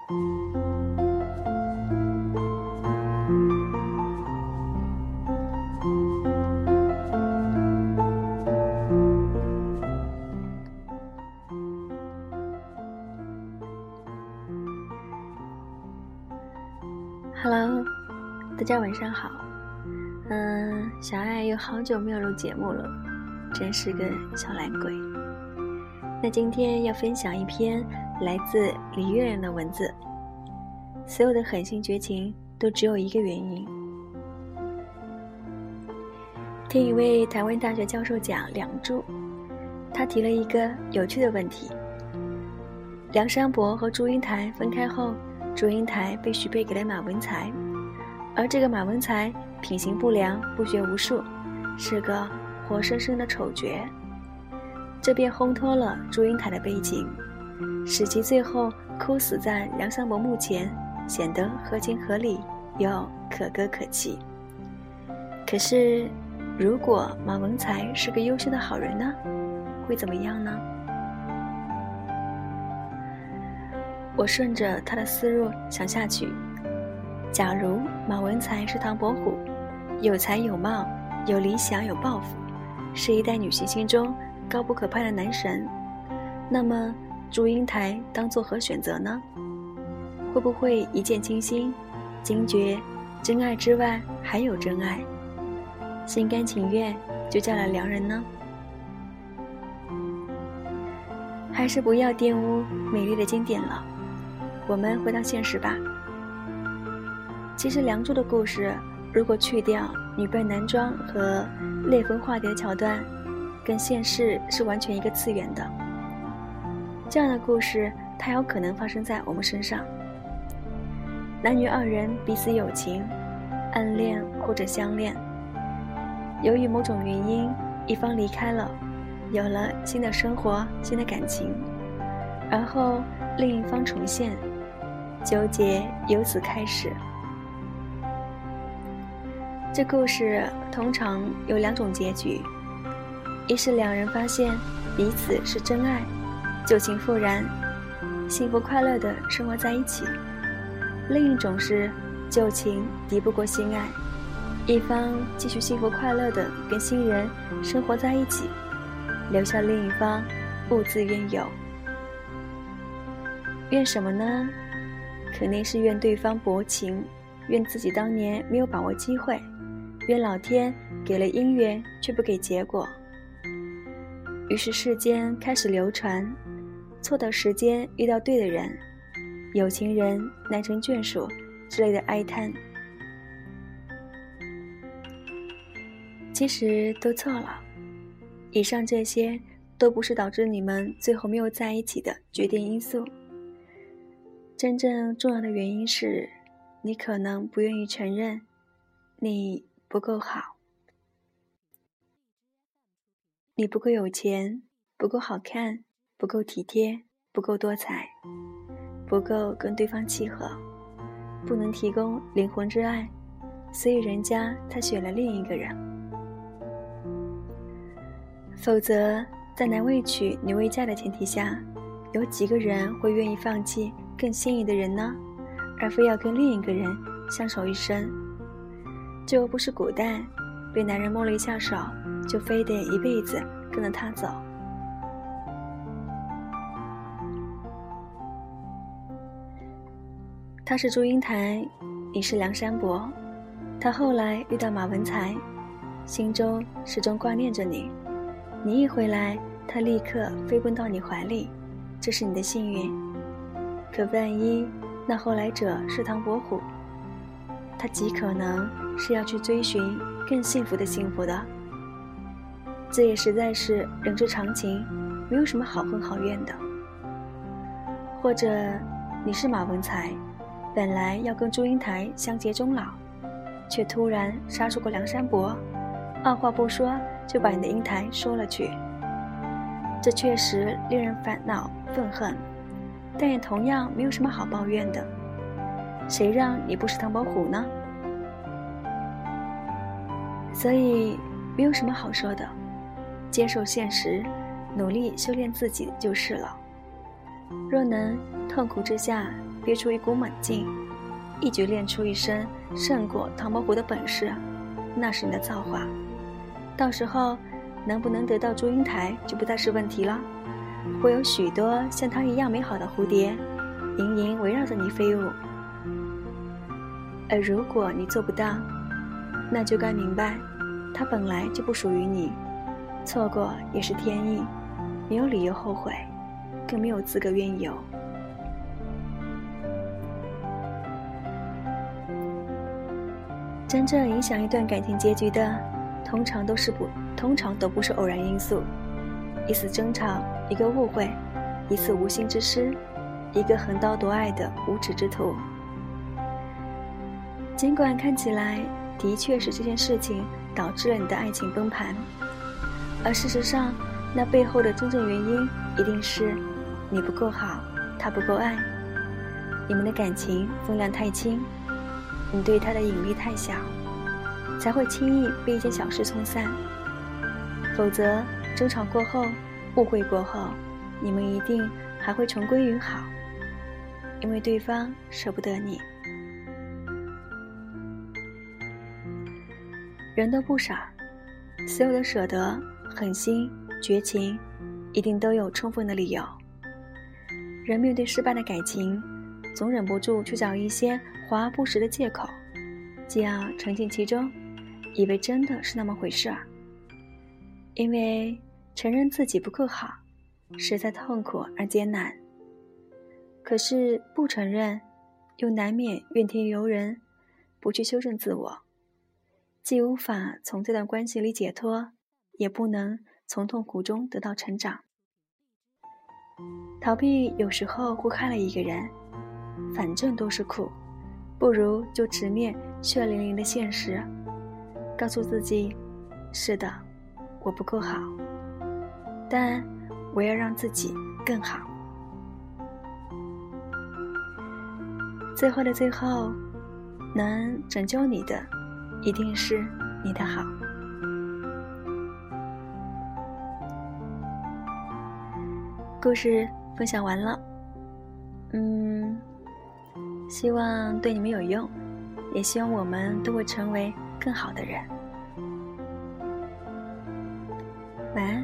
Hello， 大家晚上好。小爱有好久没有录节目了，真是个小懒鬼。那今天要分享一篇来自李月人的文字。所有的狠心绝情都只有一个原因。听一位台湾大学教授讲梁祝，他提了一个有趣的问题：梁山伯和祝英台分开后，祝英台被许配给了马文才，而这个马文才品行不良，不学无术，是个活生生的丑角。这便烘托了祝英台的悲情，使其最后哭死在梁山伯墓前，显得合情合理又可歌可泣。可是如果马文才是个优秀的好人呢，会怎么样呢？我顺着他的思路想下去，假如马文才是唐伯虎，有才有貌，有理想有抱负，是一代女性心中高不可攀的男神，那么祝英台当作何选择呢？会不会一见倾心，惊觉真爱之外还有真爱，心甘情愿就嫁了良人呢？还是不要玷污美丽的经典了，我们回到现实吧。其实梁祝的故事，如果去掉女扮男装和泪分化蝶的桥段，跟现实是完全一个次元的。这样的故事它有可能发生在我们身上。男女二人彼此有情，暗恋或者相恋，由于某种原因，一方离开了，有了新的生活，新的感情，而后另一方重现，纠结由此开始。这故事通常有两种结局，一是两人发现彼此是真爱，旧情复燃，幸福快乐地生活在一起；另一种是旧情敌不过新爱，一方继续幸福快乐地跟新人生活在一起，留下另一方不自愿有。怨什么呢？肯定是怨对方薄情，怨自己当年没有把握机会，愿老天给了姻缘却不给结果。于是世间开始流传错的时间遇到对的人，有情人难成眷属之类的哀叹。其实都错了，以上这些都不是导致你们最后没有在一起的决定因素。真正重要的原因是你可能不愿意承认你不够好，你不够有钱，不够好看，不够体贴，不够多彩，不够跟对方契合，不能提供灵魂之爱，所以人家才选了另一个人。否则在男为娶女为嫁的前提下，有几个人会愿意放弃更心仪的人呢？而非要跟另一个人相守一生。这又不是古代被男人摸了一下手就非得一辈子跟着他走。他是祝英台，你是梁山伯。他后来遇到马文才，心中始终挂念着你，你一回来他立刻飞奔到你怀里，这是你的幸运。可万一那后来者是唐伯虎，他极可能是要去追寻更幸福的幸福的。这也实在是人之常情，没有什么好恨好怨的。或者你是马文才，本来要跟祝英台相结终老，却突然杀出个梁山伯，二话不说就把你的英台收了去。这确实令人烦恼愤恨，但也同样没有什么好抱怨的。谁让你不是唐伯虎呢？所以没有什么好说的，接受现实，努力修炼自己就是了。若能痛苦之下憋出一股猛劲，一举练出一身胜过唐伯虎的本事，那是你的造化。到时候能不能得到祝英台就不再是问题了，会有许多像它一样美好的蝴蝶盈盈围绕着你飞舞。而如果你做不到，那就该明白它本来就不属于你，错过也是天意，没有理由后悔，更没有资格怨尤。真正影响一段感情结局的，通常都不是偶然因素，一次争吵，一个误会，一次无心之失，一个横刀夺爱的无耻之徒。尽管看起来的确是这件事情导致了你的爱情崩盘，而事实上那背后的真正原因一定是你不够好，他不够爱，你们的感情分量太轻，你对他的引力太小，才会轻易被一件小事冲散。否则争吵过后，误会过后，你们一定还会重归于好，因为对方舍不得你。人都不傻，所有的舍得、狠心、绝情，一定都有充分的理由。人面对失败的感情，总忍不住去找一些华而不实的借口，既要沉浸其中，以为真的是那么回事儿。因为承认自己不够好，实在痛苦而艰难。可是不承认，又难免怨天尤人，不去修正自我，既无法从这段关系里解脱，也不能从痛苦中得到成长。逃避有时候会害了一个人，反正都是苦，不如就直面血淋淋的现实，告诉自己，是的，我不够好，但我要让自己更好。最后的最后，能拯救你的一定是你的好。故事分享完了，希望对你们有用，也希望我们都会成为更好的人。晚安。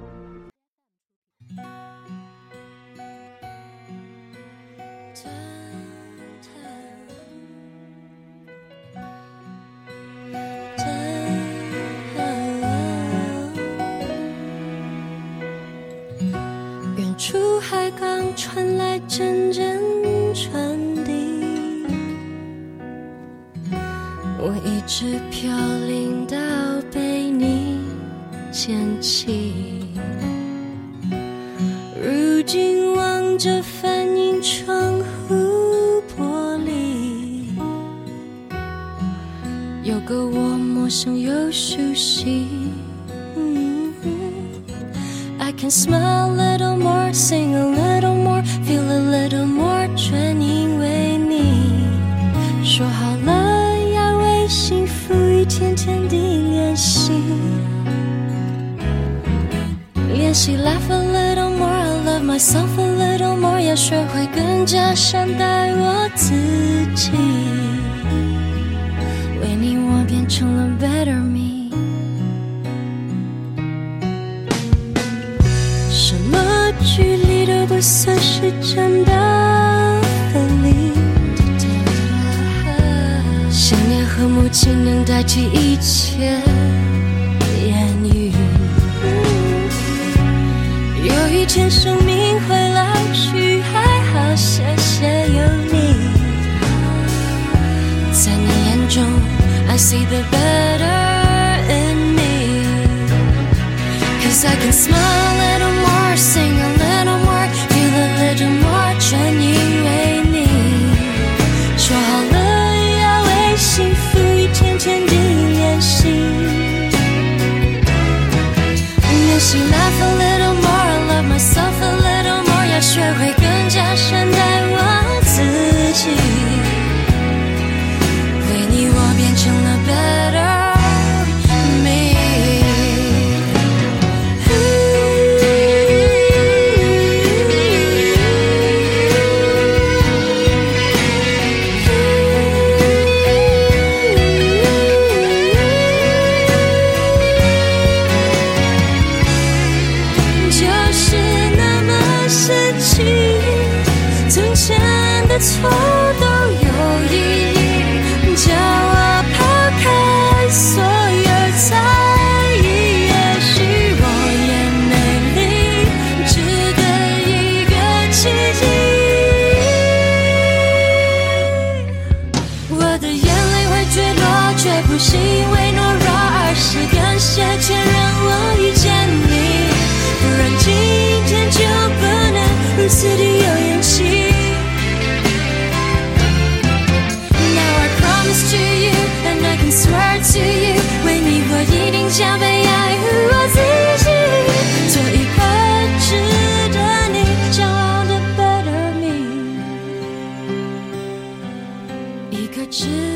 远处海港传来阵阵传递，我一直飘零到被你捡起，如今望着反映窗户玻璃，有个我陌生又熟悉。I can smile a little more, sing a little more, feel a little more， 全因为你说好了要为幸福一天天地练习，练习 laugh a little more, I love myself a little more， 要学会更加善待我自己，为你我变成了 better me。什么距离都不算是真的分离，想念和母亲能代替一切言语。有一天生命会老去，还好谢谢有你，在你眼中 I see the better in me， Cause I can smile a little more, sing a little more, feel a little more， 全因为你说好了要为幸福一天天地练习，练习 laugh a little more, I love myself a little more， 要学会更加善待我自己，为你我变成了 better me。 前的错都有意义，叫我抛开所有猜疑，也许我也美丽，值得一个奇迹。我的眼泪会坠落，却不是因为懦弱，而是感谢确认我遇见你，不然今天就不能如此的有勇气。Now I promise to you and I can swear to you， 为你我一定将被爱与我自己，做一个值得你骄傲的 better me， 一个值